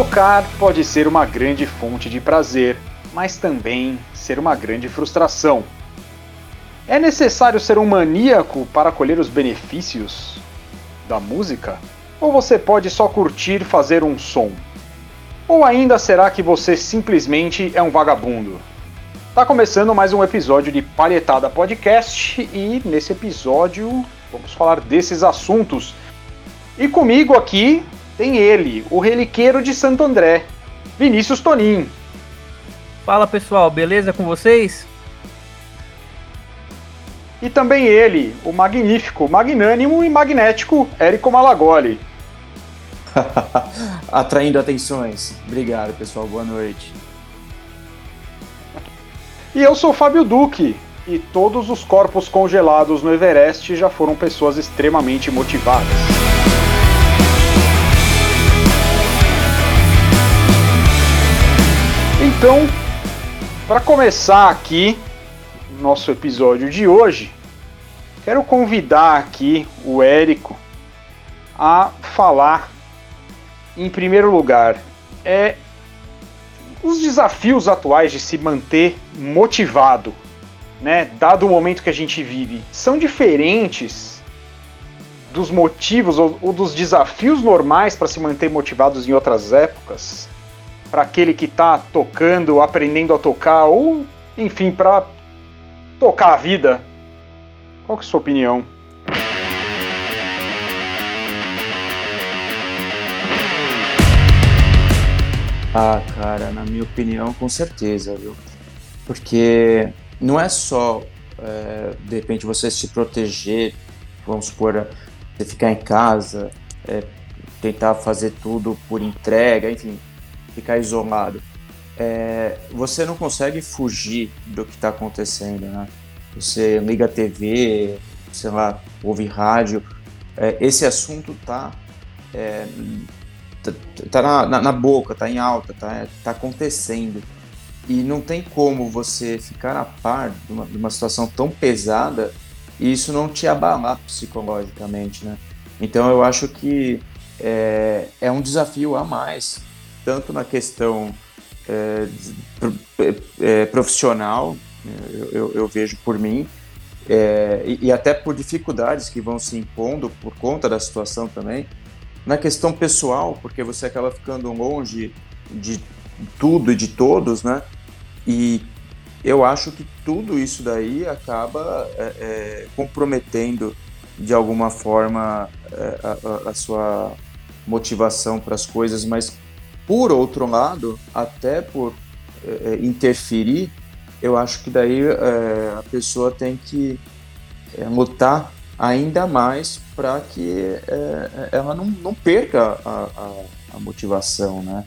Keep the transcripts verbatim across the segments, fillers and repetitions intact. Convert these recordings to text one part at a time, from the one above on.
Tocar pode ser uma grande fonte de prazer, mas também ser uma grande frustração. É necessário ser um maníaco para colher os benefícios da música? Ou você pode só curtir fazer um som? Ou ainda será que você simplesmente é um vagabundo? Tá começando mais um episódio de Palhetada Podcast e nesse episódio vamos falar desses assuntos. E comigo aqui tem ele, o reliqueiro de Santo André, Vinícius Tonin. Fala pessoal, beleza com vocês? E também ele, o magnífico, magnânimo e magnético Érico Malagoli. Atraindo atenções. Obrigado, pessoal. Boa noite. E eu sou o Fábio Duque, e todos os corpos congelados no Everest já foram pessoas extremamente motivadas. Então, para começar aqui nosso episódio de hoje, quero convidar aqui o Érico a falar, em primeiro lugar, é, os desafios atuais de se manter motivado, né, dado o momento que a gente vive, são diferentes dos motivos ou, ou dos desafios normais para se manter motivados em outras épocas? Para aquele que está tocando, aprendendo a tocar, ou, enfim, para tocar a vida. Qual que é a sua opinião? Ah, cara, na minha opinião, com certeza, viu? Porque não é só, é, de repente, você se proteger, vamos supor, você ficar em casa, é, tentar fazer tudo por entrega, enfim, ficar isolado. É, você não consegue fugir do que está acontecendo, né? Você liga a T V, sei lá, ouve rádio, é, esse assunto tá, é, tá, tá na, na, na boca, tá em alta, tá, tá acontecendo. E não tem como você ficar a par de uma, de uma situação tão pesada e isso não te abalar psicologicamente, né? Então eu acho que é, é um desafio a mais, tanto na questão é, é, profissional, eu, eu, eu vejo por mim, é, e, e até por dificuldades que vão se impondo por conta da situação também, na questão pessoal, porque você acaba ficando longe de tudo e de todos, né? E eu acho que tudo isso daí acaba é, é, comprometendo de alguma forma é, a, a sua motivação para as coisas, mas por outro lado, até por é, interferir, eu acho que daí é, a pessoa tem que é, lutar ainda mais para que é, ela não, não perca a, a, a motivação, né?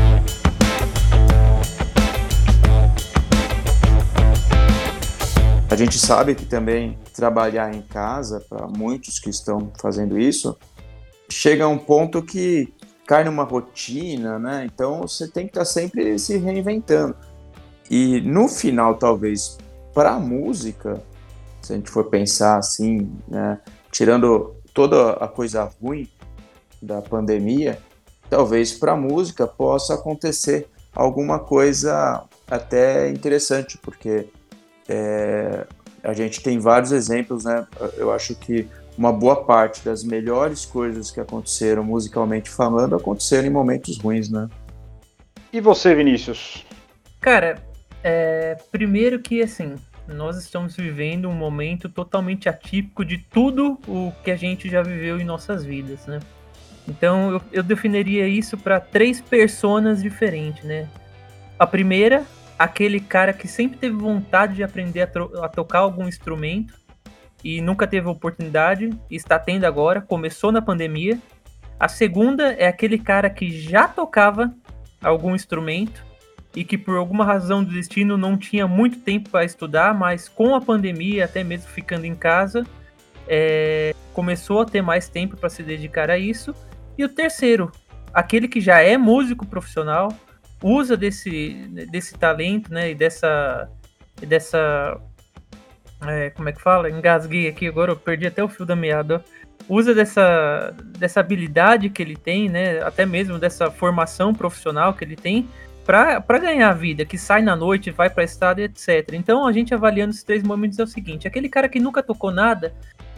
A gente sabe que também trabalhar em casa, para muitos que estão fazendo isso, chega a um ponto que cai numa rotina, né? Então você tem que estar sempre se reinventando. E no final, talvez, para a música, se a gente for pensar assim, né? Tirando toda a coisa ruim da pandemia, talvez para a música possa acontecer alguma coisa até interessante, porque é, a gente tem vários exemplos, né? Eu acho que uma boa parte das melhores coisas que aconteceram musicalmente falando aconteceram em momentos ruins, né? E você, Vinícius? Cara, é, primeiro que assim, nós estamos vivendo um momento totalmente atípico de tudo o que a gente já viveu em nossas vidas, né? Então eu, eu definiria isso para três personas diferentes, né? A primeira, aquele cara que sempre teve vontade de aprender a, tro- a tocar algum instrumento e nunca teve oportunidade, e está tendo agora, começou na pandemia. A segunda é aquele cara que já tocava algum instrumento e que por alguma razão do destino não tinha muito tempo para estudar, mas com a pandemia, até mesmo ficando em casa, é, começou a ter mais tempo para se dedicar a isso. E o terceiro, aquele que já é músico profissional, usa desse, desse talento, né, e dessa... dessa É, como é que fala? Engasguei aqui agora, eu perdi até o fio da meada. usa dessa, dessa habilidade que ele tem, né, até mesmo dessa formação profissional que ele tem, para ganhar a vida, que sai na noite, vai para estrada, etcétera. Então, a gente avaliando esses três momentos é o seguinte: aquele cara que nunca tocou nada,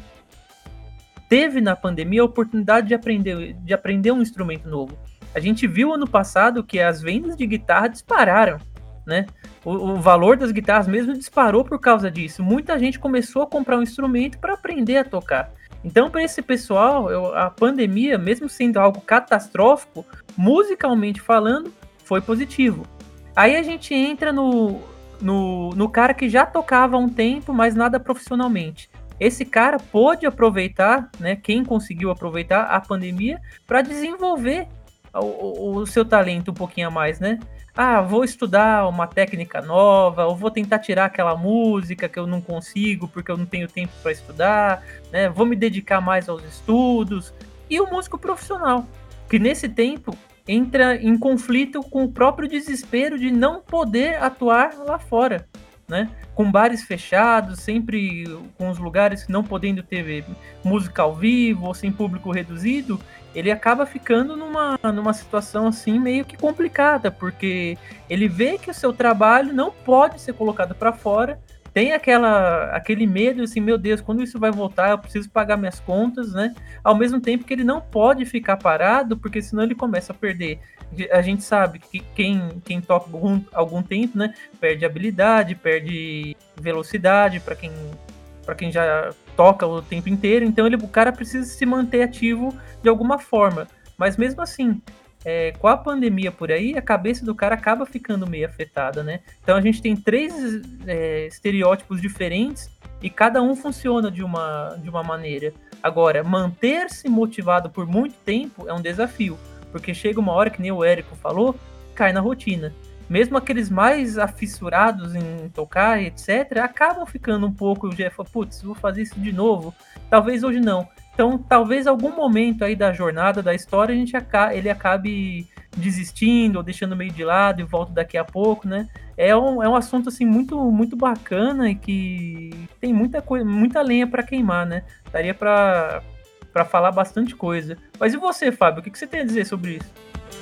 teve na pandemia a oportunidade de aprender, de aprender um instrumento novo. A gente viu ano passado que as vendas de guitarra dispararam, né? O, o valor das guitarras mesmo disparou por causa disso. Muita gente começou a comprar um instrumento para aprender a tocar. Então, para esse pessoal, eu, a pandemia, mesmo sendo algo catastrófico, musicalmente falando, foi positivo. Aí a gente entra no, no, no cara que já tocava há um tempo, mas nada profissionalmente. Esse cara pôde aproveitar, né, quem conseguiu aproveitar a pandemia para desenvolver o, o, o seu talento um pouquinho a mais, né? Ah, vou estudar uma técnica nova, ou vou tentar tirar aquela música que eu não consigo porque eu não tenho tempo para estudar, né? Vou me dedicar mais aos estudos. E o músico profissional, que nesse tempo entra em conflito com o próprio desespero de não poder atuar lá fora, né? Com bares fechados, sempre com os lugares não podendo ter música ao vivo ou sem público reduzido, ele acaba ficando numa, numa situação assim meio que complicada, porque ele vê que o seu trabalho não pode ser colocado para fora, tem aquela, aquele medo assim, meu Deus, quando isso vai voltar, eu preciso pagar minhas contas, né? Ao mesmo tempo que ele não pode ficar parado, porque senão ele começa a perder. A gente sabe que quem, quem toca algum, algum tempo, né, perde habilidade, perde velocidade para quem, para quem já toca o tempo inteiro, então ele, o cara precisa se manter ativo de alguma forma. Mas mesmo assim, é, com a pandemia por aí, a cabeça do cara acaba ficando meio afetada, né? Então a gente tem três é, estereótipos diferentes e cada um funciona de uma, de uma maneira. Agora, manter-se motivado por muito tempo é um desafio, porque chega uma hora, que nem o Érico falou, cai na rotina. Mesmo aqueles mais afissurados em tocar, etcétera, acabam ficando um pouco, já fala, putz, vou fazer isso de novo. Talvez hoje não. Então, talvez algum momento aí da jornada, da história, a gente acabe, ele acabe desistindo ou deixando meio de lado e volta daqui a pouco, né? É um, é um assunto, assim, muito, muito bacana e que tem muita coisa, muita lenha para queimar, né? Daria para para falar bastante coisa. Mas e você, Fábio? O que, que você tem a dizer sobre isso?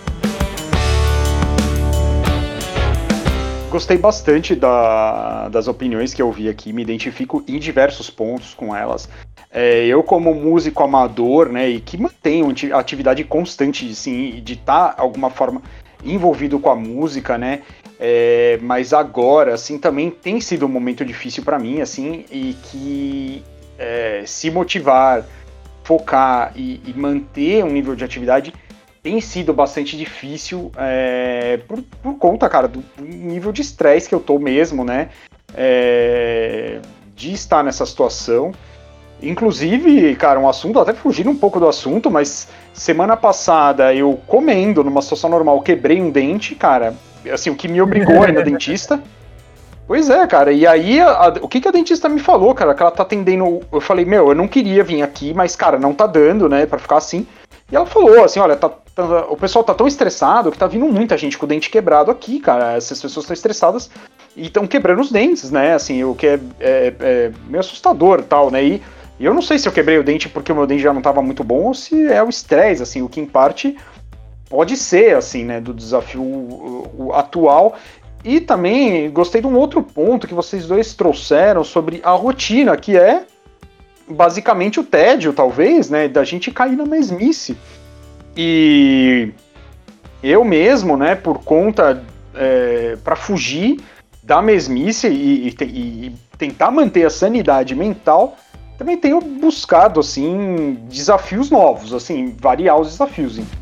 Gostei bastante da, das opiniões que eu vi aqui, me identifico em diversos pontos com elas. É, eu, como músico amador, né, e que mantém uma atividade constante, assim, de estar, de alguma forma, envolvido com a música, né, é, mas agora, assim, também tem sido um momento difícil para mim, assim, e que é, se motivar, focar e, e manter um nível de atividade tem sido bastante difícil é, por, por conta, cara, do nível de estresse que eu tô mesmo, né, é, de estar nessa situação. Inclusive, cara, um assunto, até fugindo um pouco do assunto, mas semana passada eu comendo numa situação normal, quebrei um dente, cara, assim, o que me obrigou a ir no dentista. Pois é, cara, e aí a, a, o que, que a dentista me falou, cara, que ela tá atendendo, eu falei, meu, eu não queria vir aqui, mas, cara, não tá dando, né, pra ficar assim. E ela falou assim, olha, tá, tá, o pessoal tá tão estressado que tá vindo muita gente com o dente quebrado aqui, cara. Essas pessoas estão estressadas e estão quebrando os dentes, né? Assim, o que é, é, é meio assustador e tal, né? E, e eu não sei se eu quebrei o dente porque o meu dente já não tava muito bom ou se é o estresse, assim, o que em parte pode ser, assim, né, do desafio o, o atual. E também gostei de um outro ponto que vocês dois trouxeram sobre a rotina, que é basicamente o tédio, talvez, né, da gente cair na mesmice. E eu mesmo, né, por conta, é, para fugir da mesmice e, e, e tentar manter a sanidade mental, também tenho buscado, assim, desafios novos, assim, variar os desafios. Hein.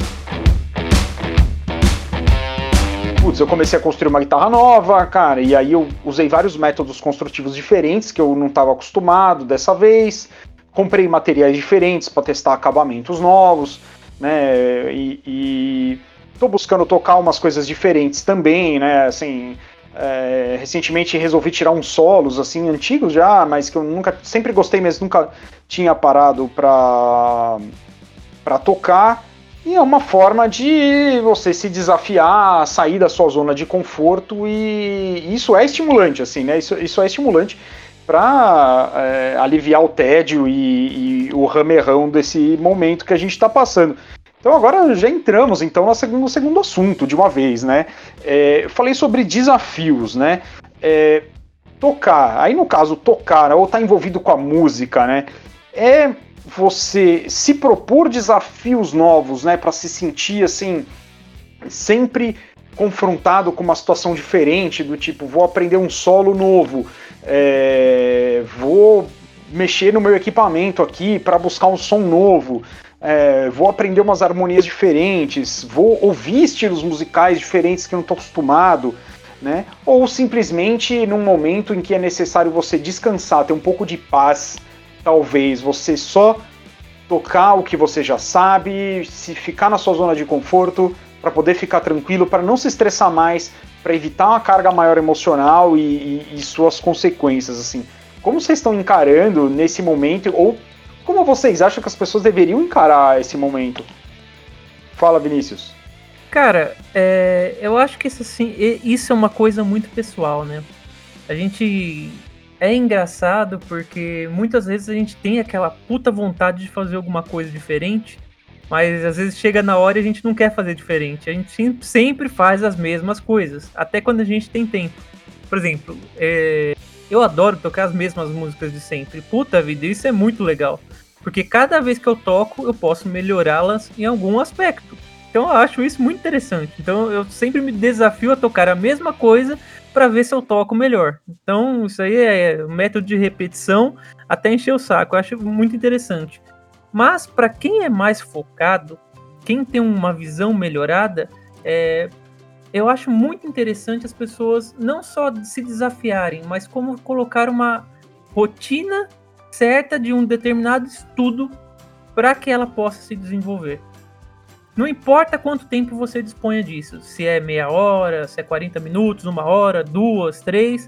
Putz, eu comecei a construir uma guitarra nova, cara, e aí eu usei vários métodos construtivos diferentes que eu não estava acostumado dessa vez. Comprei materiais diferentes para testar acabamentos novos, né? E, e tô buscando tocar umas coisas diferentes também, né? Assim, é, recentemente resolvi tirar uns solos assim antigos já, mas que eu nunca, sempre gostei, mas nunca tinha parado para para tocar. E é uma forma de você se desafiar, sair da sua zona de conforto, e isso é estimulante, assim, né? Isso, isso é estimulante. para é, aliviar o tédio e, e o ramerrão desse momento que a gente está passando. Então agora já entramos então no segundo, no segundo assunto de uma vez, né? É, eu falei sobre desafios, né? É, tocar, aí no caso tocar ou estar tá envolvido com a música, né? É você se propor desafios novos, né? Para se sentir assim sempre confrontado com uma situação diferente, do tipo, vou aprender um solo novo, é, vou mexer no meu equipamento aqui para buscar um som novo, é, vou aprender umas harmonias diferentes, vou ouvir estilos musicais diferentes que eu não estou acostumado, né? Ou simplesmente num momento em que é necessário você descansar, ter um pouco de paz, talvez você só tocar o que você já sabe, se ficar na sua zona de conforto, para poder ficar tranquilo, para não se estressar mais, para evitar uma carga maior emocional e, e, e suas consequências, assim. Como vocês estão encarando nesse momento, ou como vocês acham que as pessoas deveriam encarar esse momento? Fala, Vinícius. Cara, é, eu acho que isso, assim, isso é uma coisa muito pessoal, né? A gente... É engraçado porque muitas vezes a gente tem aquela puta vontade de fazer alguma coisa diferente, mas às vezes chega na hora e a gente não quer fazer diferente. A gente sempre faz as mesmas coisas, até quando a gente tem tempo. Por exemplo, é... eu adoro tocar as mesmas músicas de sempre. Puta vida, isso é muito legal. Porque cada vez que eu toco, eu posso melhorá-las em algum aspecto. Então eu acho isso muito interessante. Então eu sempre me desafio a tocar a mesma coisa para ver se eu toco melhor. Então isso aí é método de repetição até encher o saco. Eu acho muito interessante. Mas para quem é mais focado, quem tem uma visão melhorada, é, eu acho muito interessante as pessoas não só se desafiarem, mas como colocar uma rotina certa de um determinado estudo para que ela possa se desenvolver. Não importa quanto tempo você disponha disso, se é meia hora, se é quarenta minutos, uma hora, duas, três,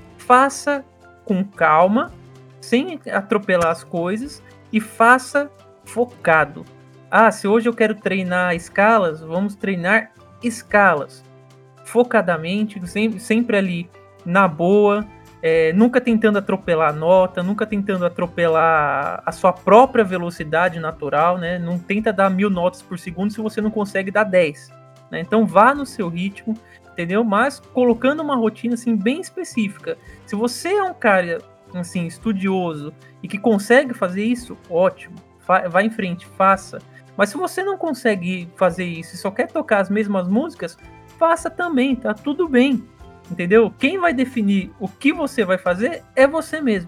faça com calma, sem atropelar as coisas, e faça focado. Ah, se hoje eu quero treinar escalas, vamos treinar escalas. Focadamente, sempre, sempre ali na boa, é, nunca tentando atropelar a nota, nunca tentando atropelar a sua própria velocidade natural, né? Não tenta dar mil notas por segundo se você não consegue dar dez. Né? Então vá no seu ritmo, entendeu? Mas colocando uma rotina assim, bem específica. Se você é um cara assim, estudioso e que consegue fazer isso, ótimo. Vá em frente, faça. Mas se você não consegue fazer isso e só quer tocar as mesmas músicas, faça também, tá tudo bem. Entendeu? Quem vai definir o que você vai fazer é você mesmo.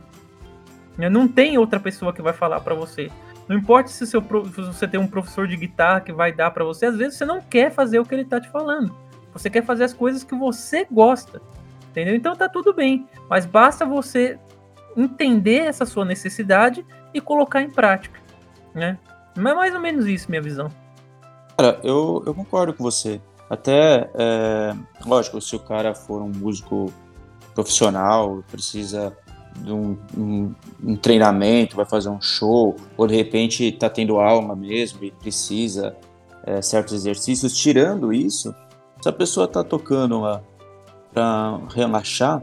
Não tem outra pessoa que vai falar para você. Não importa se, seu, se você tem um professor de guitarra que vai dar para você, às vezes você não quer fazer o que ele tá te falando. Você quer fazer as coisas que você gosta. Entendeu? Então tá tudo bem. Mas basta você entender essa sua necessidade e colocar em prática. Né? Mas é mais ou menos isso, minha visão. Cara, eu, eu concordo com você. Até, é, lógico, se o cara for um músico profissional, precisa de um, um, um treinamento, vai fazer um show, ou de repente está tendo aula mesmo e precisa é, certos exercícios, tirando isso, se a pessoa está tocando lá para relaxar,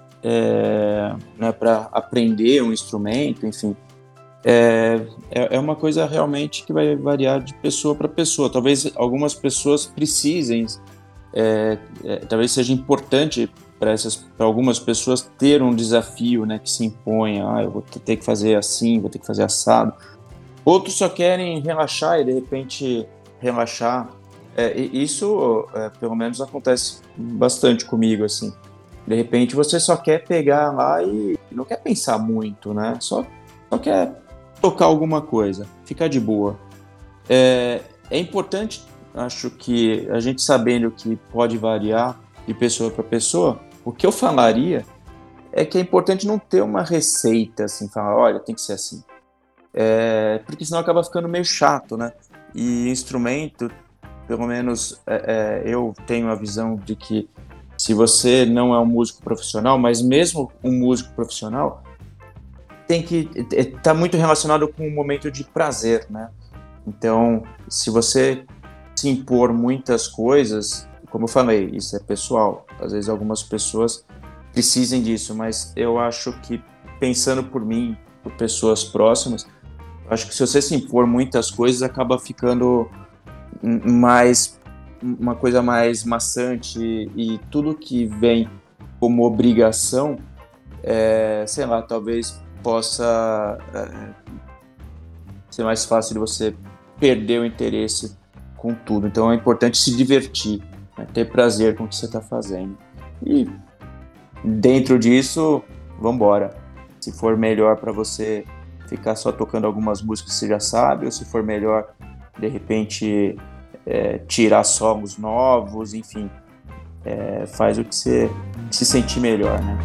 é, né, para aprender um instrumento, enfim, É, é uma coisa realmente que vai variar de pessoa para pessoa. Talvez algumas pessoas precisem, é, é, talvez seja importante para essas, para algumas pessoas ter um desafio, né, que se imponha. Ah, eu vou ter que fazer assim, vou ter que fazer assado. Outros só querem relaxar e de repente relaxar. É, e isso, é, pelo menos, acontece bastante comigo, assim. De repente você só quer pegar lá e não quer pensar muito, né? Só, só quer tocar alguma coisa, ficar de boa. É, é importante, acho que a gente sabendo que pode variar de pessoa para pessoa, o que eu falaria é que é importante não ter uma receita, assim, falar, olha, tem que ser assim. É, porque senão acaba ficando meio chato, né? E instrumento, pelo menos é, é, eu tenho a visão de que se você não é um músico profissional, mas mesmo um músico profissional, tem que tá muito relacionado com um momento de prazer, né? Então, se você se impor muitas coisas, como eu falei, isso é pessoal. Às vezes algumas pessoas precisem disso, mas eu acho que pensando por mim, por pessoas próximas, acho que se você se impor muitas coisas, acaba ficando mais uma coisa mais maçante, e tudo que vem como obrigação, é, sei lá, talvez possa é, ser mais fácil de você perder o interesse com tudo. Então é importante se divertir, né? Ter prazer com o que você está fazendo. E dentro disso, vambora. Se for melhor para você ficar só tocando algumas músicas que você já sabe, ou se for melhor, de repente, é, tirar sons novos, enfim, é, faz o que você se sentir melhor, né?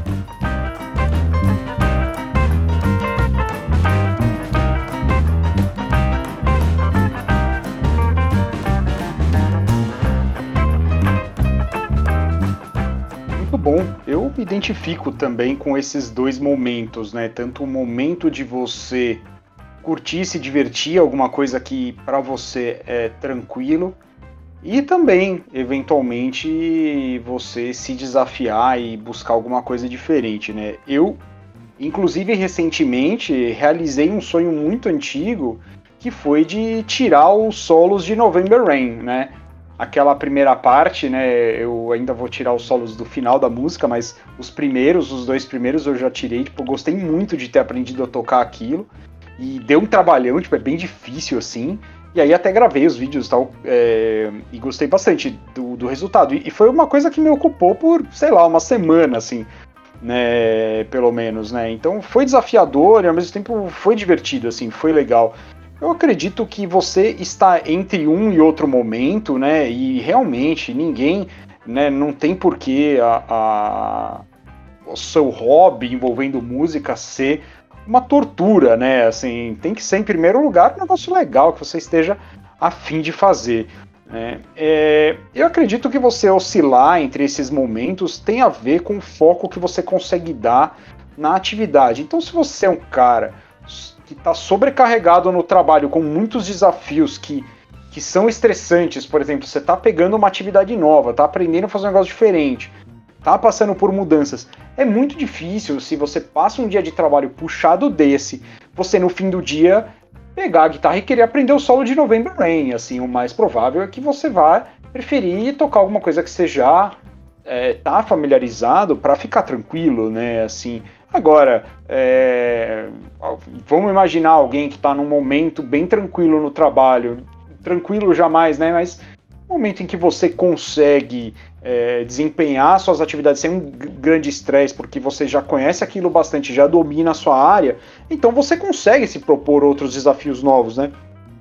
Bom, eu me identifico também com esses dois momentos, né? Tanto o momento de você curtir, se divertir, alguma coisa que para você é tranquilo, e também, eventualmente, você se desafiar e buscar alguma coisa diferente, né? Eu, inclusive, recentemente, realizei um sonho muito antigo, que foi de tirar os solos de November Rain, né? Aquela primeira parte, né, eu ainda vou tirar os solos do final da música, mas os primeiros, os dois primeiros eu já tirei, tipo, eu gostei muito de ter aprendido a tocar aquilo, e deu um trabalhão, tipo, é bem difícil, assim, e aí até gravei os vídeos e tal, é, e gostei bastante do, do resultado, e, e foi uma coisa que me ocupou por, sei lá, uma semana, assim, né, pelo menos, né, então foi desafiador e ao mesmo tempo foi divertido, assim, foi legal. Eu acredito que você está entre um e outro momento, né? E realmente ninguém, né? Não tem porquê a, a, o seu hobby envolvendo música ser uma tortura, né? Assim, tem que ser em primeiro lugar um negócio legal que você esteja a fim de fazer. Né? É, eu acredito que você oscilar entre esses momentos tem a ver com o foco que você consegue dar na atividade. Então, se você é um cara que está sobrecarregado no trabalho, com muitos desafios que, que são estressantes, por exemplo, você está pegando uma atividade nova, está aprendendo a fazer um negócio diferente, está passando por mudanças, é muito difícil, se você passa um dia de trabalho puxado desse, você no fim do dia pegar a guitarra e querer aprender o solo de November Rain. Assim, o mais provável é que você vá preferir tocar alguma coisa que você já está é, familiarizado para ficar tranquilo, né, assim. Agora, é, vamos imaginar alguém que está num momento bem tranquilo no trabalho, tranquilo jamais, né? Mas um momento em que você consegue é, desempenhar suas atividades sem um grande estresse, porque você já conhece aquilo bastante, já domina a sua área, então você consegue se propor outros desafios novos, né?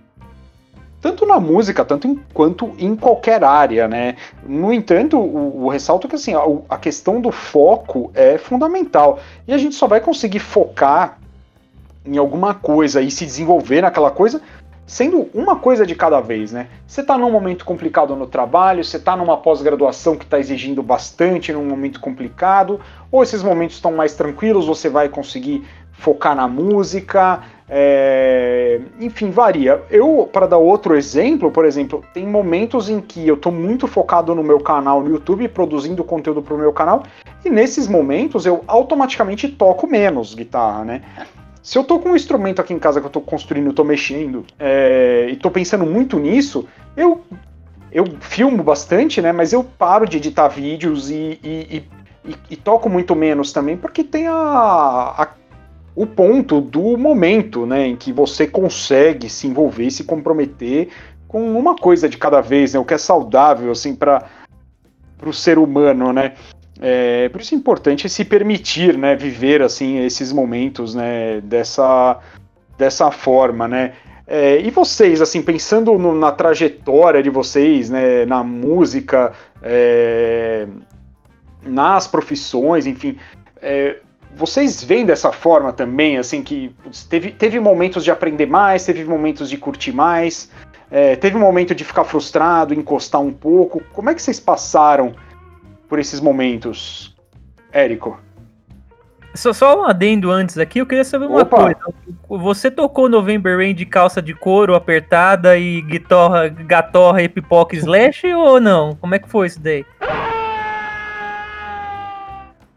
Tanto na música, tanto em, quanto em qualquer área, né? No entanto, o, o ressalto é que assim, a, a questão do foco é fundamental. E a gente só vai conseguir focar em alguma coisa e se desenvolver naquela coisa sendo uma coisa de cada vez, né? Você está num momento complicado no trabalho, você está numa pós-graduação que está exigindo bastante, num momento complicado, ou esses momentos estão mais tranquilos, você vai conseguir focar na música, é... enfim, varia. Eu, para dar outro exemplo, por exemplo, tem momentos em que eu estou muito focado no meu canal no YouTube, produzindo conteúdo para o meu canal, e nesses momentos eu automaticamente toco menos guitarra, né? Se eu tô com um instrumento aqui em casa que eu tô construindo, eu tô mexendo, é, e tô pensando muito nisso, eu, eu filmo bastante, né? Mas eu paro de editar vídeos e, e, e, e toco muito menos também, porque tem a, a, o ponto do momento, né? Em que você consegue se envolver e se comprometer com uma coisa de cada vez, né? O que é saudável, assim, para o ser humano, né? É, por isso é importante se permitir, né, viver assim esses momentos, né, dessa, dessa forma, né. É, e vocês, assim, pensando no, na trajetória de vocês, né, na música, é, nas profissões, enfim, é, vocês veem dessa forma também, assim, que teve, teve momentos de aprender mais, teve momentos de curtir mais, é, teve um momento de ficar frustrado, encostar um pouco. Como é que vocês passaram por esses momentos, Érico? Só, só um adendo antes aqui, eu queria saber uma Opa. coisa. Você tocou November Rain de calça de couro apertada e guitarra, gatorra e pipoca slash ou não? Como é que foi isso daí?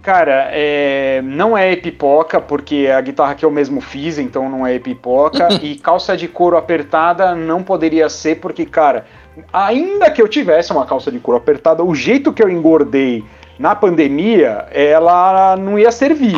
Cara, é, não é epipoca, porque é a guitarra que eu mesmo fiz, então não é epipoca. E calça de couro apertada não poderia ser, porque, cara, ainda que eu tivesse uma calça de couro apertada, o jeito que eu engordei na pandemia, ela não ia servir.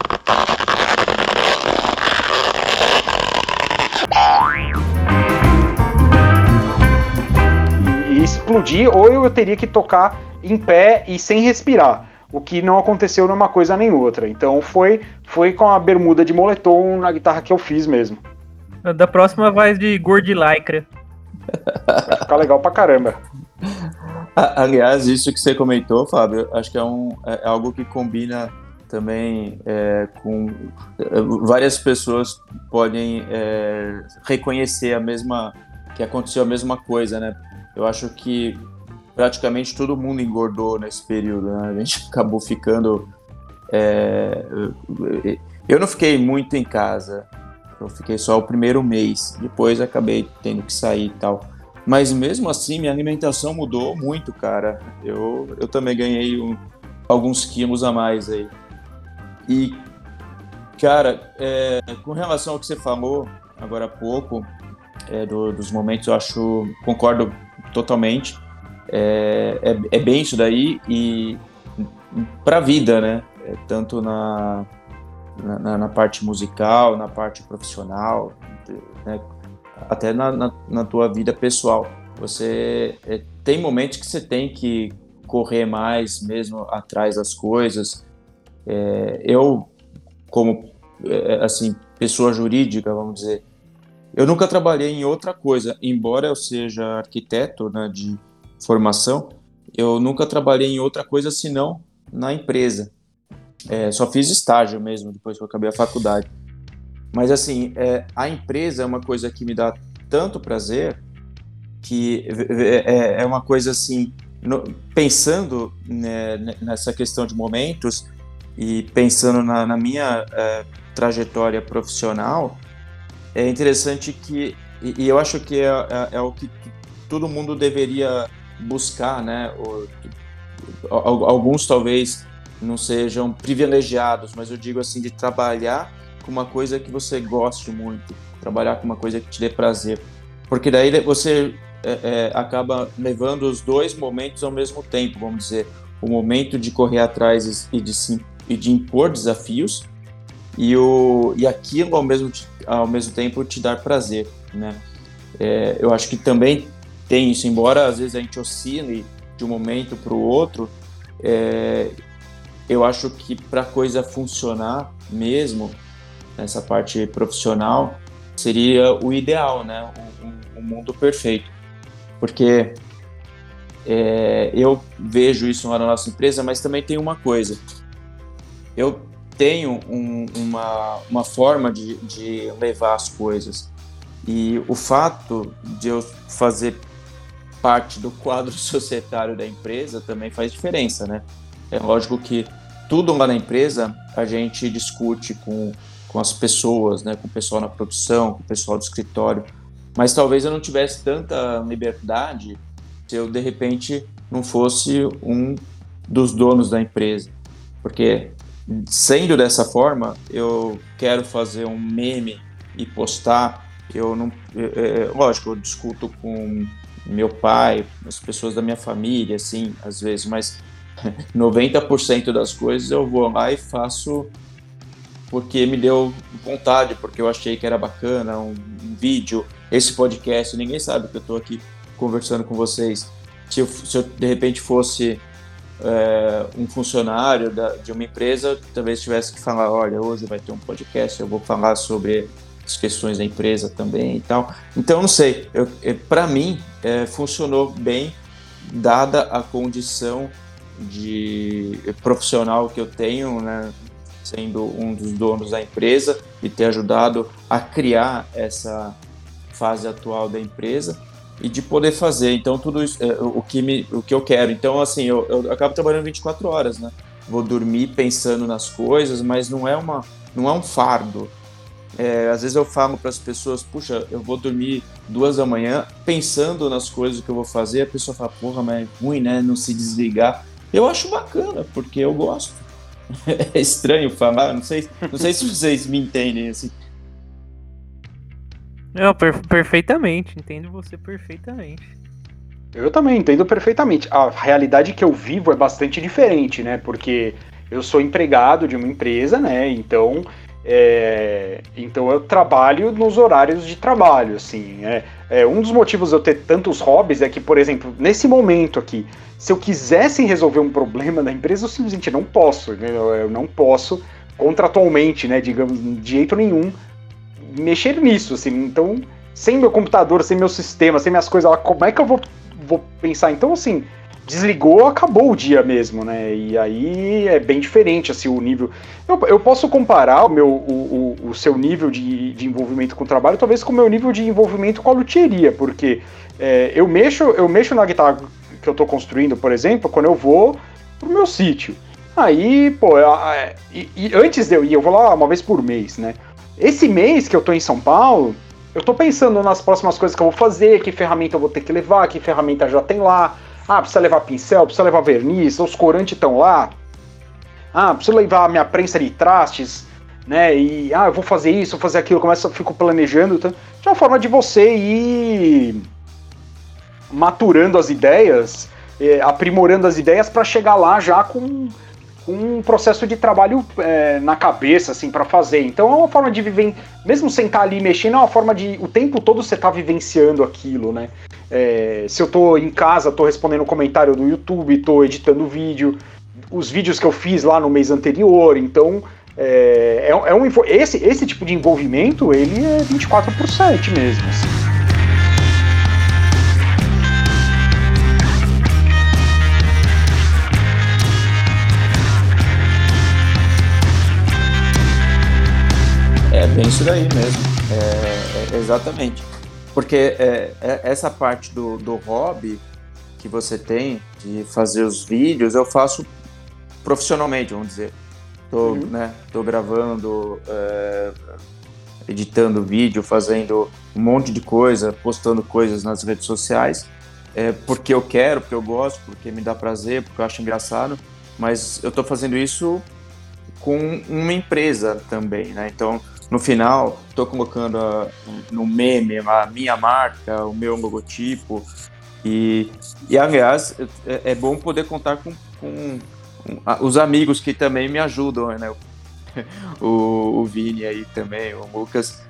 E explodir, ou eu teria que tocar em pé e sem respirar. O que não aconteceu numa coisa nem outra. Então foi, foi com a bermuda de moletom na guitarra que eu fiz mesmo. Da próxima vai de gordo lycra. Vai ficar legal pra caramba. Aliás, isso que você comentou, Fábio, acho que é, um, é algo que combina também é, com... Várias pessoas podem é, reconhecer a mesma... que aconteceu a mesma coisa, né? Eu acho que praticamente todo mundo engordou nesse período, né? A gente acabou ficando... É... Eu não fiquei muito em casa, eu fiquei só o primeiro mês, depois acabei tendo que sair e tal. Mas mesmo assim, minha alimentação mudou muito, cara. Eu, eu também ganhei um, alguns quilos a mais aí. E, cara, é, com relação ao que você falou agora há pouco, é, do, dos momentos, eu acho, concordo totalmente. É, é, é bem isso daí e para a vida, né? É, tanto na, na, na parte musical, na parte profissional, né? Até na, na, na tua vida pessoal. Você é, tem momentos que você tem que correr mais mesmo atrás das coisas. É, eu, como é, assim, pessoa jurídica, vamos dizer, eu nunca trabalhei em outra coisa, embora eu seja arquiteto, né, de formação, eu nunca trabalhei em outra coisa senão na empresa. É, só fiz estágio mesmo depois que eu acabei a faculdade. Mas assim, é, a empresa é uma coisa que me dá tanto prazer que é, é uma coisa assim, no, pensando né, nessa questão de momentos e pensando na, na minha é, trajetória profissional, é interessante que, e, e eu acho que é, é, é o que todo mundo deveria buscar, né? O, alguns talvez não sejam privilegiados, mas eu digo assim, de trabalhar com uma coisa que você goste muito, trabalhar com uma coisa que te dê prazer, porque daí você é, é, acaba levando os dois momentos ao mesmo tempo, vamos dizer, o momento de correr atrás e de, e de impor desafios e, o, e aquilo ao mesmo, ao mesmo tempo te dar prazer, né? É, eu acho que também tem isso, embora às vezes a gente oscile de um momento para o outro, é, eu acho que para a coisa funcionar mesmo, nessa parte profissional, seria o ideal, né? O, o mundo perfeito. Porque é, eu vejo isso lá na nossa empresa, mas também tem uma coisa. Eu tenho um, uma, uma forma de, de levar as coisas. E o fato de eu fazer parte do quadro societário da empresa também faz diferença, né? É lógico que tudo lá na empresa a gente discute com, com as pessoas, né? Com o pessoal na produção, com o pessoal do escritório, mas talvez eu não tivesse tanta liberdade se eu, de repente, não fosse um dos donos da empresa. Porque, sendo dessa forma, eu quero fazer um meme e postar, eu não... É, lógico, eu discuto com meu pai, as pessoas da minha família, assim, às vezes, mas noventa por cento das coisas eu vou lá e faço porque me deu vontade, porque eu achei que era bacana, um, um vídeo, esse podcast, ninguém sabe que eu estou aqui conversando com vocês. Se eu, se eu de repente fosse é, um funcionário da, de uma empresa, talvez tivesse que falar, olha, hoje vai ter um podcast, eu vou falar sobre as questões da empresa também e tal. Então, não sei, para mim, é, funcionou bem, dada a condição de profissional que eu tenho, né, sendo um dos donos da empresa e ter ajudado a criar essa fase atual da empresa e de poder fazer, então, tudo isso, é, o, que me, o que eu quero. Então, assim, eu, eu acabo trabalhando vinte e quatro horas, né? Vou dormir pensando nas coisas, mas não é, uma, não é um fardo. É, às vezes eu falo para as pessoas, puxa, eu vou dormir duas da manhã pensando nas coisas que eu vou fazer, a pessoa fala, porra, mas é ruim, né, não se desligar. Eu acho bacana, porque eu gosto. É estranho falar, não sei, não sei se vocês me entendem assim. Não, per- perfeitamente, entendo você perfeitamente. Eu também entendo perfeitamente. A realidade que eu vivo é bastante diferente, né? Porque eu sou empregado de uma empresa, né? Então, é, então eu trabalho nos horários de trabalho, assim. É, é, um dos motivos de eu ter tantos hobbies é que, por exemplo, nesse momento aqui, se eu quisesse resolver um problema da empresa, eu simplesmente não posso. Né? Eu, eu não posso, contratualmente, né? Digamos, de jeito nenhum, mexer nisso, assim. Então, sem meu computador, sem meu sistema, sem minhas coisas lá, como é que eu vou vou pensar, então assim, desligou, acabou o dia mesmo, né? E aí é bem diferente assim o nível. Eu, eu posso comparar o meu o, o, o seu nível de, de envolvimento com o trabalho, talvez com o meu nível de envolvimento com a luthieria, porque é, eu mexo eu mexo na guitarra que eu tô construindo, por exemplo, quando eu vou pro meu sítio. Aí, pô, eu, e, e antes de eu ir, eu vou lá uma vez por mês, né? Esse mês que eu tô em São Paulo, eu tô pensando nas próximas coisas que eu vou fazer, que ferramenta eu vou ter que levar, que ferramenta já tem lá. Ah, precisa levar pincel, precisa levar verniz, os corantes estão lá. Ah, preciso levar a minha prensa de trastes, né? E, ah, eu vou fazer isso, vou fazer aquilo, eu começo, eu fico planejando. Então, é uma forma de você ir maturando as ideias, eh, aprimorando as ideias para chegar lá já com um processo de trabalho é, na cabeça, assim, para fazer. Então é uma forma de viver, mesmo sem estar ali mexendo, é uma forma de, o tempo todo você tá vivenciando aquilo, né? É, se eu tô em casa, tô respondendo comentário do YouTube, tô editando vídeo, os vídeos que eu fiz lá no mês anterior, então é, é, é um, esse, esse tipo de envolvimento, ele é vinte e quatro por sete mesmo, assim. É bem isso daí mesmo, é, é, exatamente. Porque é, é, essa parte do, do hobby que você tem de fazer os vídeos, eu faço profissionalmente, vamos dizer. Tô, uhum. né, tô gravando, é, editando vídeo, fazendo um monte de coisa, postando coisas nas redes sociais, é, porque eu quero, porque eu gosto, porque me dá prazer, porque eu acho engraçado, mas eu tô fazendo isso com uma empresa também, né? Então, no final, estou colocando a, no meme a minha marca, o meu logotipo. E, e aliás, é, é bom poder contar com, com, com os amigos que também me ajudam, né? O, o Vini aí também, o Lucas.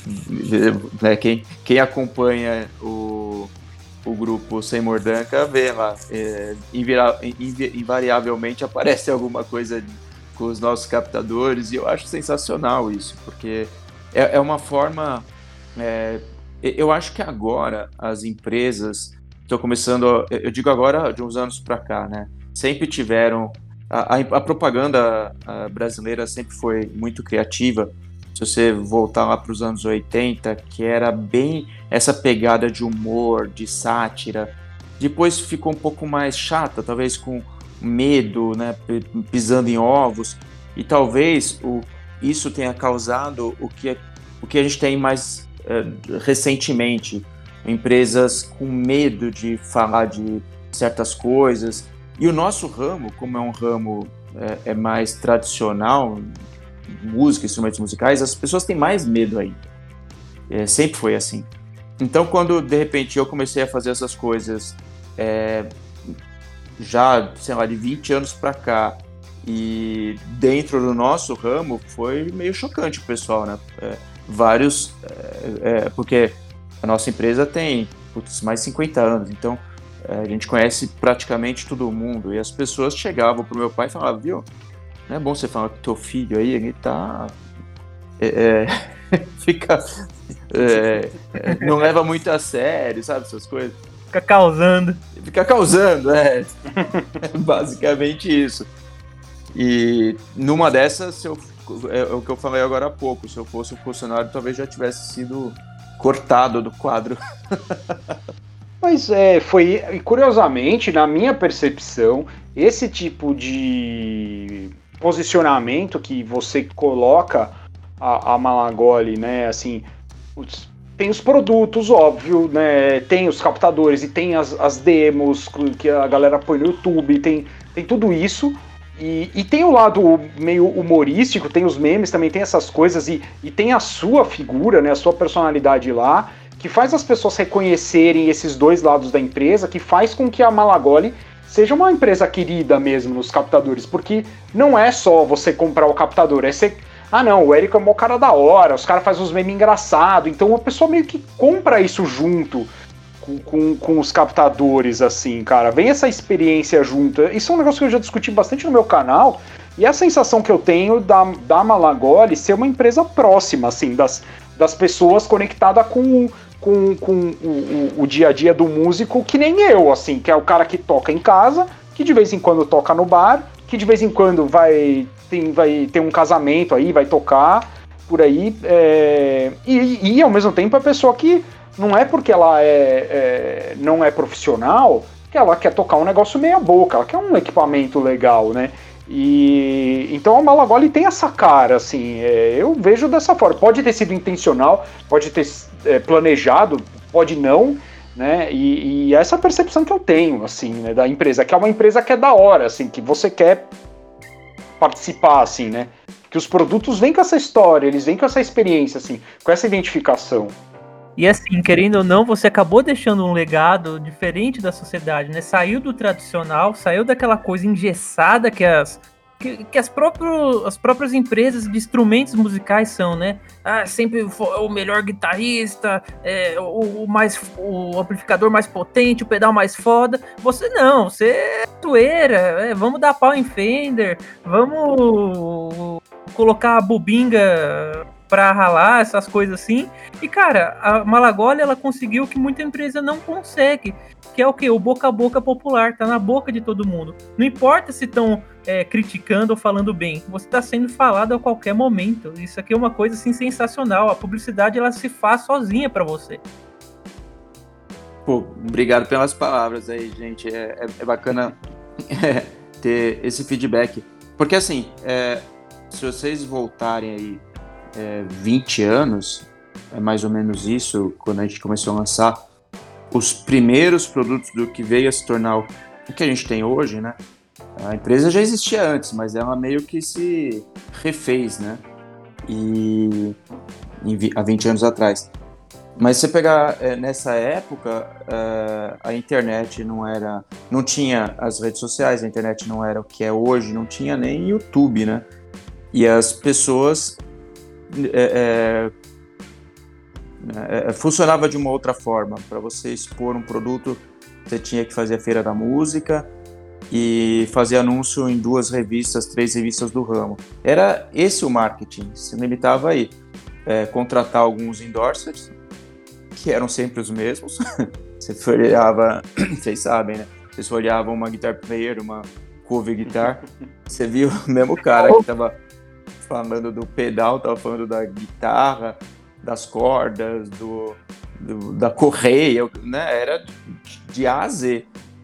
Né? Quem, quem acompanha o, o grupo Sem Mordanca vê lá. É, invira, invariavelmente aparece alguma coisa com os nossos captadores, e eu acho sensacional isso, porque é, é uma forma... É, eu acho que agora as empresas estão começando, eu digo agora de uns anos para cá, né? Sempre tiveram... A, a, a propaganda a brasileira sempre foi muito criativa. Se você voltar lá para os anos oitenta, que era bem essa pegada de humor, de sátira. Depois ficou um pouco mais chata, talvez com medo, né, pisando em ovos, e talvez o, isso tenha causado o que, o que a gente tem mais uh, recentemente, empresas com medo de falar de certas coisas, e o nosso ramo, como é um ramo é, é mais tradicional, música, instrumentos musicais, as pessoas têm mais medo ainda, é, sempre foi assim. Então quando de repente eu comecei a fazer essas coisas é, já, sei lá, de vinte anos para cá, e dentro do nosso ramo foi meio chocante o pessoal, né? É, vários, é, é, porque a nossa empresa tem putz, mais de cinquenta anos, então é, a gente conhece praticamente todo mundo, e as pessoas chegavam pro meu pai e falavam, viu, não é bom você falar que teu filho aí, ele tá... É, é, fica... É, não leva muito a sério, sabe, essas coisas. Fica causando. Fica causando, é. Basicamente isso. E numa dessas, se eu, é, é o que eu falei agora há pouco, se eu fosse um funcionário, talvez já tivesse sido cortado do quadro. Mas é, foi, curiosamente, na minha percepção, esse tipo de posicionamento que você coloca a, a Malagoli, né, assim, os, tem os produtos, óbvio, né, tem os captadores e tem as, as demos que a galera põe no YouTube, tem, tem tudo isso, E, e tem o lado meio humorístico, tem os memes, também tem essas coisas, e, e tem a sua figura, né, a sua personalidade lá, que faz as pessoas reconhecerem esses dois lados da empresa, que faz com que a Malagoli seja uma empresa querida mesmo nos captadores, porque não é só você comprar o captador, é você... Ah não, o Érico é um cara da hora, os caras fazem uns memes engraçados, então a pessoa meio que compra isso junto com, com, com os captadores, assim, cara. Vem essa experiência junto. Isso é um negócio que eu já discuti bastante no meu canal, e é a sensação que eu tenho da, da Malagoli ser uma empresa próxima, assim, das, das pessoas conectadas com, com, com o, o, o dia a dia do músico, que nem eu, assim, que é o cara que toca em casa, que de vez em quando toca no bar, que de vez em quando vai... Tem, vai ter um casamento aí, vai tocar por aí, é, e, e ao mesmo tempo a pessoa que não é porque ela é, é, não é profissional que ela quer tocar um negócio meia boca, ela quer um equipamento legal, né? E então a Malagoli tem essa cara, assim, é, eu vejo dessa forma. Pode ter sido intencional, pode ter é, planejado, pode não, né? E, e essa percepção que eu tenho, assim, né, da empresa, que é uma empresa que é da hora, assim, que você quer participar, assim, né? Que os produtos vêm com essa história, eles vêm com essa experiência, assim, com essa identificação. E assim, querendo ou não, você acabou deixando um legado diferente da sociedade, né? Saiu do tradicional, saiu daquela coisa engessada que as, que, que as, próprios, as próprias empresas de instrumentos musicais são, né? Ah, sempre o melhor guitarrista, é, o, o, mais, o amplificador mais potente, o pedal mais foda. Você não, você é zoeira, é, vamos dar pau em Fender, vamos colocar a bubinga pra ralar, essas coisas assim. E, cara, a Malagoli, ela conseguiu o que muita empresa não consegue, que é o quê? O boca a boca popular, tá na boca de todo mundo. Não importa se estão é, criticando ou falando bem, você tá sendo falado a qualquer momento. Isso aqui é uma coisa, assim, sensacional. A publicidade, ela se faz sozinha pra você. Pô, obrigado pelas palavras aí, gente. É, é, é bacana é, ter esse feedback. Porque, assim, é, se vocês voltarem aí É, vinte anos, é mais ou menos isso, quando a gente começou a lançar os primeiros produtos do que veio a se tornar o que a gente tem hoje, né? A empresa já existia antes, mas ela meio que se refez, né? E em, há vinte anos atrás. Mas se você pegar é, nessa época, é, a internet não era, não tinha as redes sociais, a internet não era o que é hoje, não tinha nem YouTube, né? E as pessoas É, é, é, funcionava de uma outra forma. Para você expor um produto, você tinha que fazer a feira da música e fazer anúncio em duas revistas, três revistas do ramo. Era esse o marketing, se limitava aí. É, contratar alguns endorsers, que eram sempre os mesmos. Você folheava, vocês sabem, né? Vocês folheavam uma guitar player, uma cover guitar, você viu o mesmo cara que estava falando do pedal, tava falando da guitarra, das cordas, do, do, da correia, né? Era de A a Z.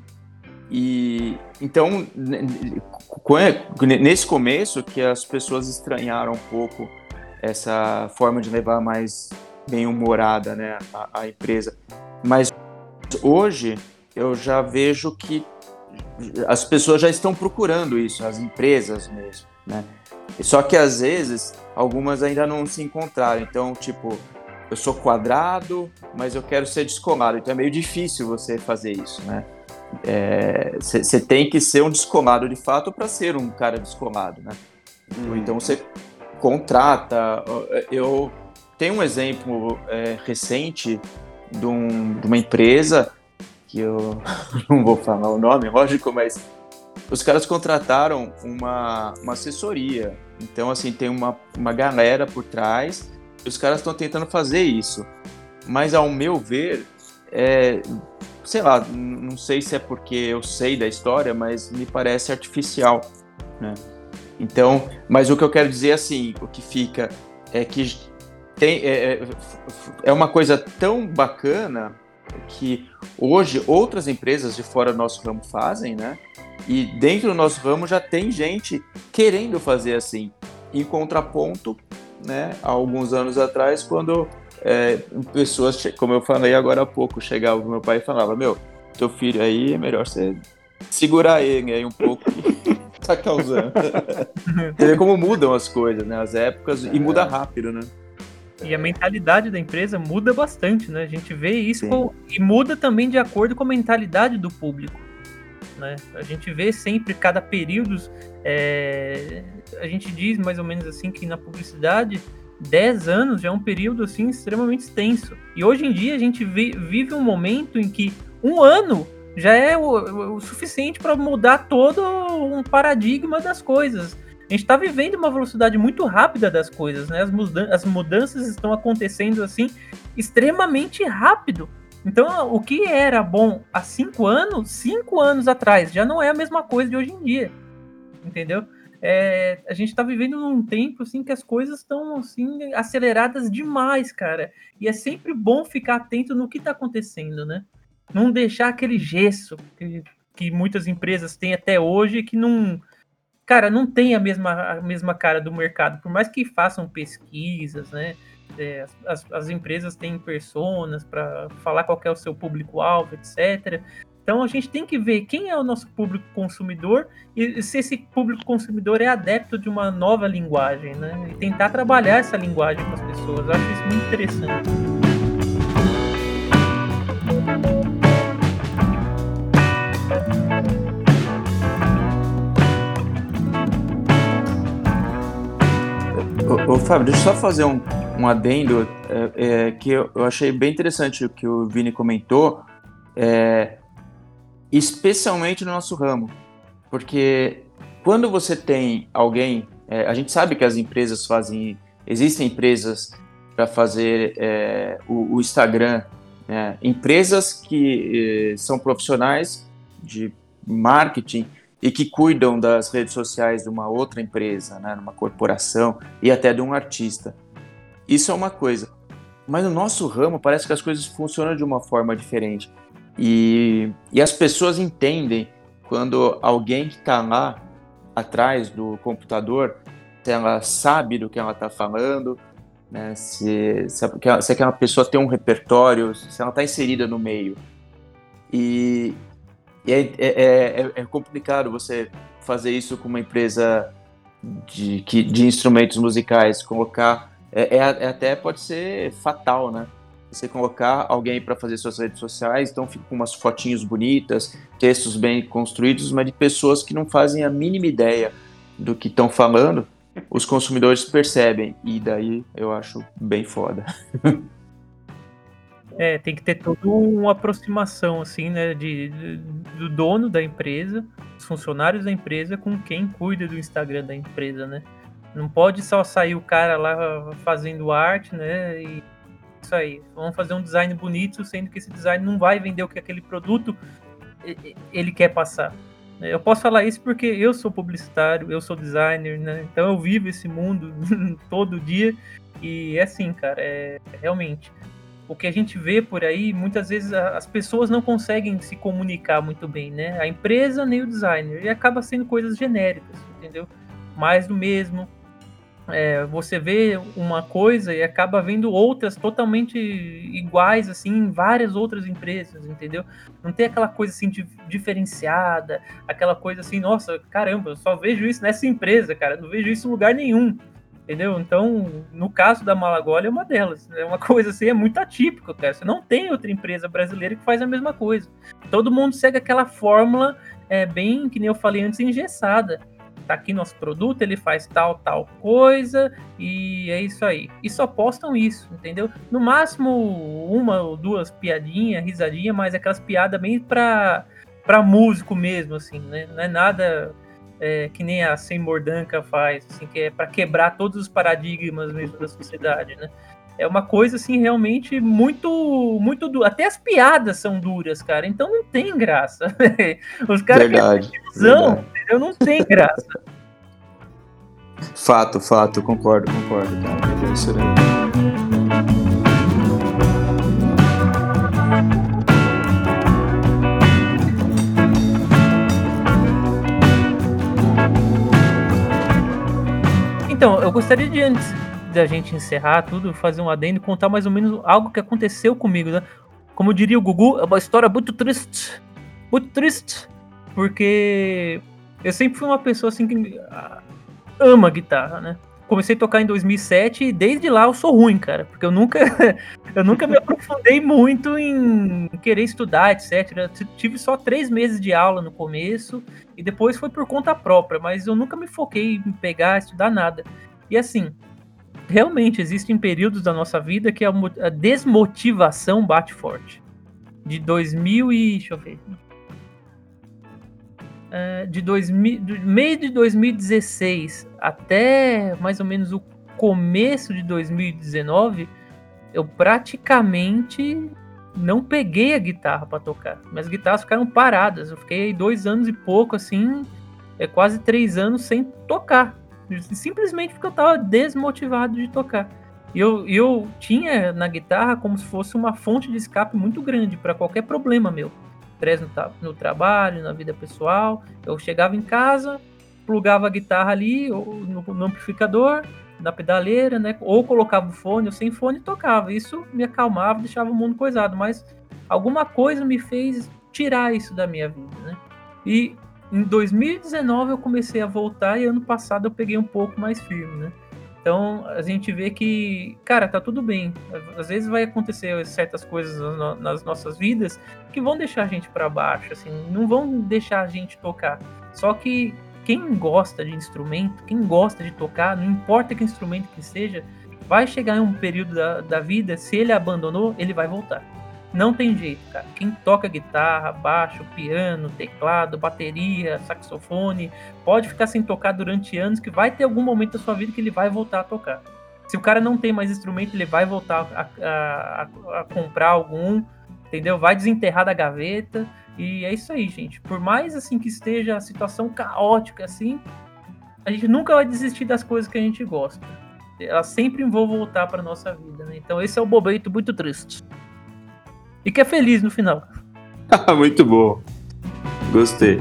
E então, nesse começo, que as pessoas estranharam um pouco essa forma de levar mais bem-humorada, né, a, a empresa. Mas hoje eu já vejo que as pessoas já estão procurando isso, as empresas mesmo, né? Só que às vezes algumas ainda não se encontraram. Então, tipo, eu sou quadrado, mas eu quero ser descolado. Então é meio difícil você fazer isso, né? Você é, tem que ser um descolado de fato para ser um cara descolado, né? Hum. Então você contrata. Eu tenho um exemplo é, recente de, um, de uma empresa que eu não vou falar o nome, lógico, mas os caras contrataram uma, uma assessoria. Então, assim, tem uma, uma galera por trás e os caras estão tentando fazer isso. Mas, ao meu ver, é, sei lá, não sei se é porque eu sei da história, mas me parece artificial, né? Então, mas o que eu quero dizer, assim, o que fica é que tem, é, é uma coisa tão bacana que hoje outras empresas de fora do nosso ramo fazem, né? E dentro do nosso ramo já tem gente querendo fazer assim, em contraponto, né, há alguns anos atrás, quando é, pessoas, como eu falei agora há pouco, chegavam pro meu pai e falava: meu, teu filho aí é melhor você segurar ele aí um pouco tá causando. Você vê como mudam as coisas, né? As épocas, e muda rápido, né? E a mentalidade da empresa muda bastante, né? A gente vê isso Sim. com, e muda também de acordo com a mentalidade do público, né? A gente vê sempre, cada período, é, a gente diz mais ou menos assim que na publicidade, dez anos já é um período assim extremamente extenso. E hoje em dia a gente vi, vive um momento em que um ano já é o, o suficiente para mudar todo um paradigma das coisas. A gente está vivendo uma velocidade muito rápida das coisas, né? As, mudan- as mudanças estão acontecendo assim extremamente rápido. Então, o que era bom há cinco anos, cinco anos atrás, já não é a mesma coisa de hoje em dia, entendeu? É, a gente está vivendo num tempo assim que as coisas estão assim aceleradas demais, cara. E é sempre bom ficar atento no que está acontecendo, né? Não deixar aquele gesso que, que muitas empresas têm até hoje, que não, cara, não tem a mesma, a mesma cara do mercado, por mais que façam pesquisas, né? É, as, as empresas têm personas para falar qual é o seu público-alvo, etcétera. Então a gente tem que ver quem é o nosso público consumidor e se esse público consumidor é adepto de uma nova linguagem, né? E tentar trabalhar essa linguagem com as pessoas. Eu acho isso muito interessante. Ô, ô, Fábio, deixa eu só fazer um, um adendo é, é, que eu, eu achei bem interessante o que o Vini comentou, é, especialmente no nosso ramo, porque quando você tem alguém, é, a gente sabe que as empresas fazem, existem empresas para fazer é, o, o Instagram, né, empresas que é, são profissionais de marketing e que cuidam das redes sociais de uma outra empresa, né, numa corporação e até de um artista. Isso é uma coisa. Mas no nosso ramo parece que as coisas funcionam de uma forma diferente. E, e as pessoas entendem quando alguém que está lá atrás do computador, se ela sabe do que ela está falando, né, se, se, se aquela pessoa tem um repertório, se ela está inserida no meio. E, e é, é, é, é complicado você fazer isso com uma empresa de, que, de instrumentos musicais, colocar... É, é, até pode ser fatal, né? Você colocar alguém para fazer suas redes sociais, então fica com umas fotinhos bonitas, textos bem construídos, mas de pessoas que não fazem a mínima ideia do que estão falando, os consumidores percebem, e daí eu acho bem foda. É, tem que ter toda uma aproximação, assim, né, de, de, do dono da empresa, os funcionários da empresa, com quem cuida do Instagram da empresa, né? Não pode só sair o cara lá fazendo arte, né, e isso aí, vamos fazer um design bonito, sendo que esse design não vai vender o que aquele produto ele quer passar. Eu posso falar isso porque eu sou publicitário, eu sou designer, né, então eu vivo esse mundo todo dia, e é assim, cara, é realmente... O que a gente vê por aí, muitas vezes as pessoas não conseguem se comunicar muito bem, né? A empresa nem o designer, e acaba sendo coisas genéricas, entendeu? Mais do mesmo. É, você vê uma coisa e acaba vendo outras totalmente iguais, assim, em várias outras empresas, entendeu? Não tem aquela coisa, assim, diferenciada, aquela coisa assim, nossa, caramba, eu só vejo isso nessa empresa, cara, não vejo isso em lugar nenhum. Entendeu? Então, no caso da Malagoli é uma delas. É uma coisa assim, é muito atípica, cara. Você não tem outra empresa brasileira que faz a mesma coisa. Todo mundo segue aquela fórmula é, bem, que nem eu falei antes, engessada. Tá aqui nosso produto, ele faz tal, tal coisa, e é isso aí. E só postam isso, entendeu? No máximo, uma ou duas piadinhas, risadinha, mas aquelas piadas bem pra, pra músico mesmo, assim, né? Não é nada... É, que nem a Sem Mordanca faz, assim, que é para quebrar todos os paradigmas mesmo da sociedade, né? É uma coisa, assim, realmente muito, muito dura. Até as piadas são duras, cara, então não tem graça. Os caras Verdade, querem ilusão, verdade. entendeu? Não tem graça. Fato, fato, concordo, concordo, cara. É isso aí. Então, eu gostaria de, antes da gente encerrar tudo, fazer um adendo e contar mais ou menos algo que aconteceu comigo, né? Como diria o Gugu, é uma história muito triste. Muito triste. Porque eu sempre fui uma pessoa assim que ama guitarra, né? Comecei a tocar em dois mil e sete e desde lá eu sou ruim, cara, porque eu nunca, eu nunca me aprofundei muito em querer estudar, etcétera. Tive só três meses de aula no começo e depois foi por conta própria, mas eu nunca me foquei em pegar, estudar nada. E assim, realmente existem períodos da nossa vida que a, a desmotivação bate forte. De dois mil e... deixa eu ver... de dois mil, do meio de dois mil e dezesseis até mais ou menos o começo de dois mil e dezenove, eu praticamente não peguei a guitarra para tocar. Minhas guitarras ficaram paradas. Eu fiquei dois anos e pouco, assim, é quase três anos sem tocar. Simplesmente porque eu estava desmotivado de tocar. E eu, eu tinha na guitarra como se fosse uma fonte de escape muito grande para qualquer problema meu. No, no trabalho, na vida pessoal. Eu chegava em casa, plugava a guitarra ali ou no, no amplificador, na pedaleira, né? Ou colocava o fone ou sem fone e tocava. Isso me acalmava, deixava o mundo coisado, mas alguma coisa me fez tirar isso da minha vida, né? E em dois mil e dezenove eu comecei a voltar e ano passado eu peguei um pouco mais firme, né? Então, a gente vê que, cara, tá tudo bem. Às vezes vai acontecer certas coisas nas nossas vidas que vão deixar a gente para baixo, assim, não vão deixar a gente tocar. Só que quem gosta de instrumento, quem gosta de tocar, não importa que instrumento que seja, vai chegar em um período da, da vida, se ele abandonou, ele vai voltar. Não tem jeito, cara. Quem toca guitarra, baixo, piano, teclado, bateria, saxofone, pode ficar sem tocar durante anos, que vai ter algum momento da sua vida que ele vai voltar a tocar. Se o cara não tem mais instrumento, ele vai voltar a, a, a, a comprar algum, entendeu? Vai desenterrar da gaveta, e é isso aí, gente. Por mais assim que esteja a situação caótica assim, a gente nunca vai desistir das coisas que a gente gosta. Elas sempre vão voltar para nossa vida, né? Então esse é o bobeito muito triste. E que é feliz no final. Muito bom. Gostei.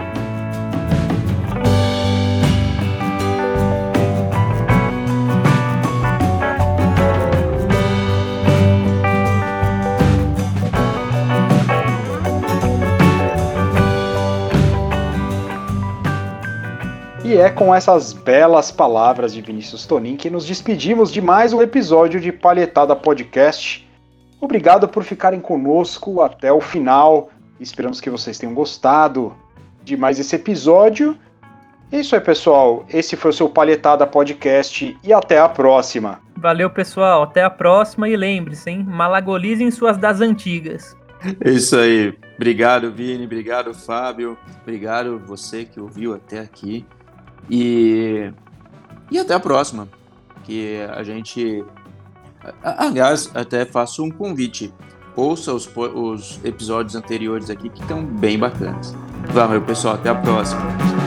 E é com essas belas palavras de Vinícius Tonin que nos despedimos de mais um episódio de Palhetada Podcast. Obrigado por ficarem conosco até o final. Esperamos que vocês tenham gostado de mais esse episódio. É isso aí, pessoal. Esse foi o seu Palhetada Podcast e até a próxima. Valeu, pessoal. Até a próxima e lembre-se, hein? Malagolizem suas das antigas. É isso aí. Obrigado, Vini. Obrigado, Fábio. Obrigado você que ouviu até aqui. E, e até a próxima. Que a gente... Aliás, até faço um convite. Ouça os, os episódios anteriores aqui que estão bem bacanas. Valeu, pessoal. Até a próxima.